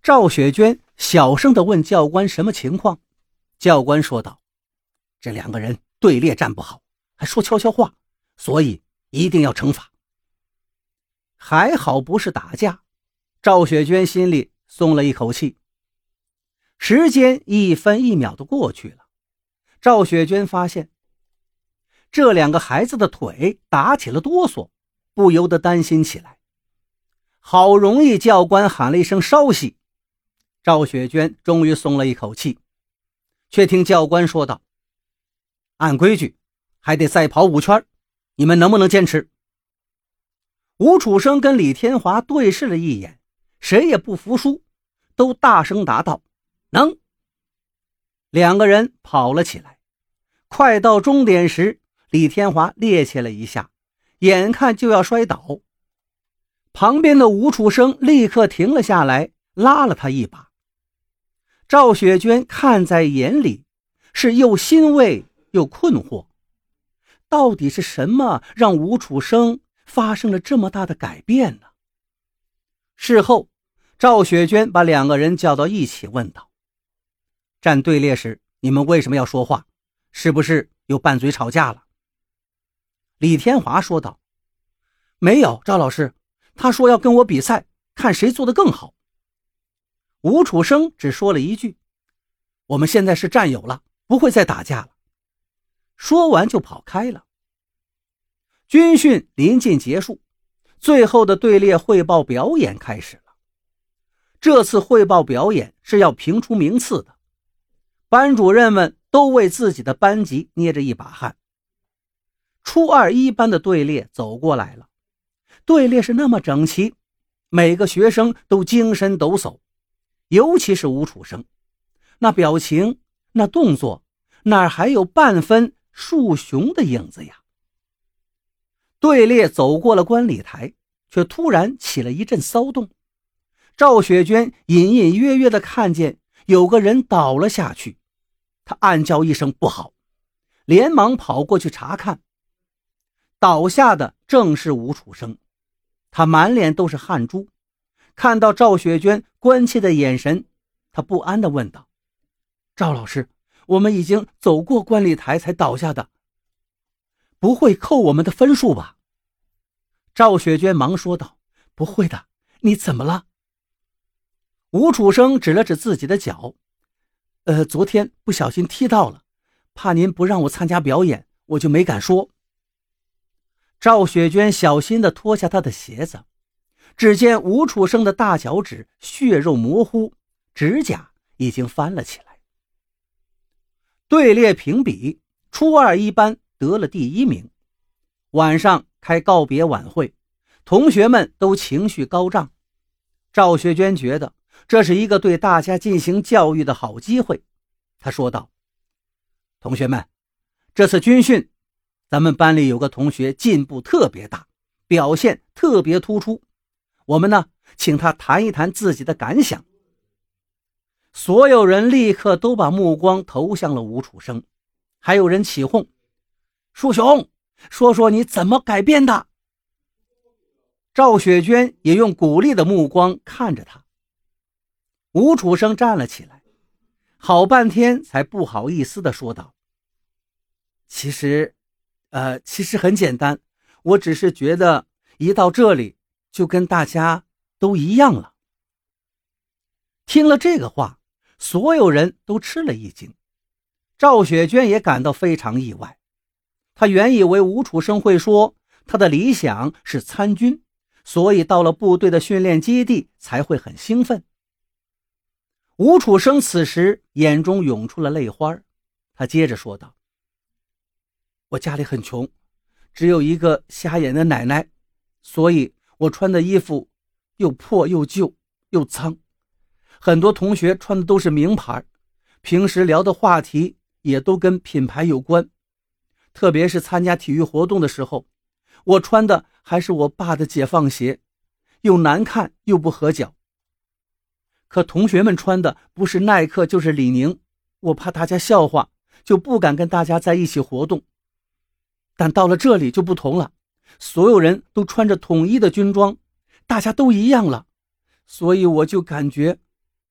赵雪娟小声地问教官什么情况。教官说道：这两个人队列站不好，还说悄悄话，所以一定要惩罚。还好不是打架，赵雪娟心里松了一口气。时间一分一秒地过去了，赵雪娟发现这两个孩子的腿打起了哆嗦，不由得担心起来。好容易教官喊了一声稍息，赵雪娟终于松了一口气，却听教官说道：按规矩还得再跑5圈，你们能不能坚持？吴楚生跟李天华对视了一眼，谁也不服输，都大声答道：能。两个人跑了起来，快到终点时，李天华趔趄了一下，眼看就要摔倒。旁边的吴楚生立刻停了下来，拉了他一把。赵雪娟看在眼里，是又欣慰又困惑，到底是什么让吴楚生发生了这么大的改变呢？事后，赵雪娟把两个人叫到一起问道：站队列时你们为什么要说话？是不是又拌嘴吵架了？李天华说道：没有，赵老师，他说要跟我比赛，看谁做得更好。吴楚生只说了一句：我们现在是战友了，不会再打架了。说完就跑开了。军训临近结束，最后的队列汇报表演开始了。这次汇报表演是要评出名次的，班主任们都为自己的班级捏着一把汗。初2一班的队列走过来了，队列是那么整齐，每个学生都精神抖擞，尤其是吴楚生，那表情，那动作，哪还有半分树熊的影子呀？队列走过了观礼台，却突然起了一阵骚动。赵雪娟隐隐约约地看见有个人倒了下去，她暗叫一声不好，连忙跑过去查看。倒下的正是吴楚生，他满脸都是汗珠，看到赵雪娟关切的眼神，他不安地问道：赵老师，我们已经走过观礼台才倒下的，不会扣我们的分数吧？赵雪娟忙说道：不会的，你怎么了？吴楚生指了指自己的脚：昨天不小心踢到了，怕您不让我参加表演，我就没敢说。赵雪娟小心地脱下他的鞋子，只见吴楚生的大脚趾血肉模糊，指甲已经翻了起来。队列评比，初2一班得了第1名。晚上开告别晚会，同学们都情绪高涨。赵雪娟觉得这是一个对大家进行教育的好机会，她说道：同学们，这次军训咱们班里有个同学进步特别大，表现特别突出，我们呢，请他谈一谈自己的感想。所有人立刻都把目光投向了吴楚生，还有人起哄：树熊，说说你怎么改变的？赵雪娟也用鼓励的目光看着他。吴楚生站了起来，好半天才不好意思地说道：其实很简单，我只是觉得一到这里就跟大家都一样了。听了这个话，所有人都吃了一惊，赵雪娟也感到非常意外。她原以为吴楚生会说他的理想是参军，所以到了部队的训练基地才会很兴奋。吴楚生此时眼中涌出了泪花，他接着说道：我家里很穷，只有一个瞎眼的奶奶，所以我穿的衣服又破又旧又脏，很多同学穿的都是名牌，平时聊的话题也都跟品牌有关，特别是参加体育活动的时候，我穿的还是我爸的解放鞋，又难看又不合脚。可同学们穿的不是耐克就是李宁，我怕大家笑话，就不敢跟大家在一起活动。但到了这里就不同了，所有人都穿着统一的军装，大家都一样了，所以我就感觉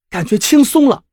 感觉轻松了。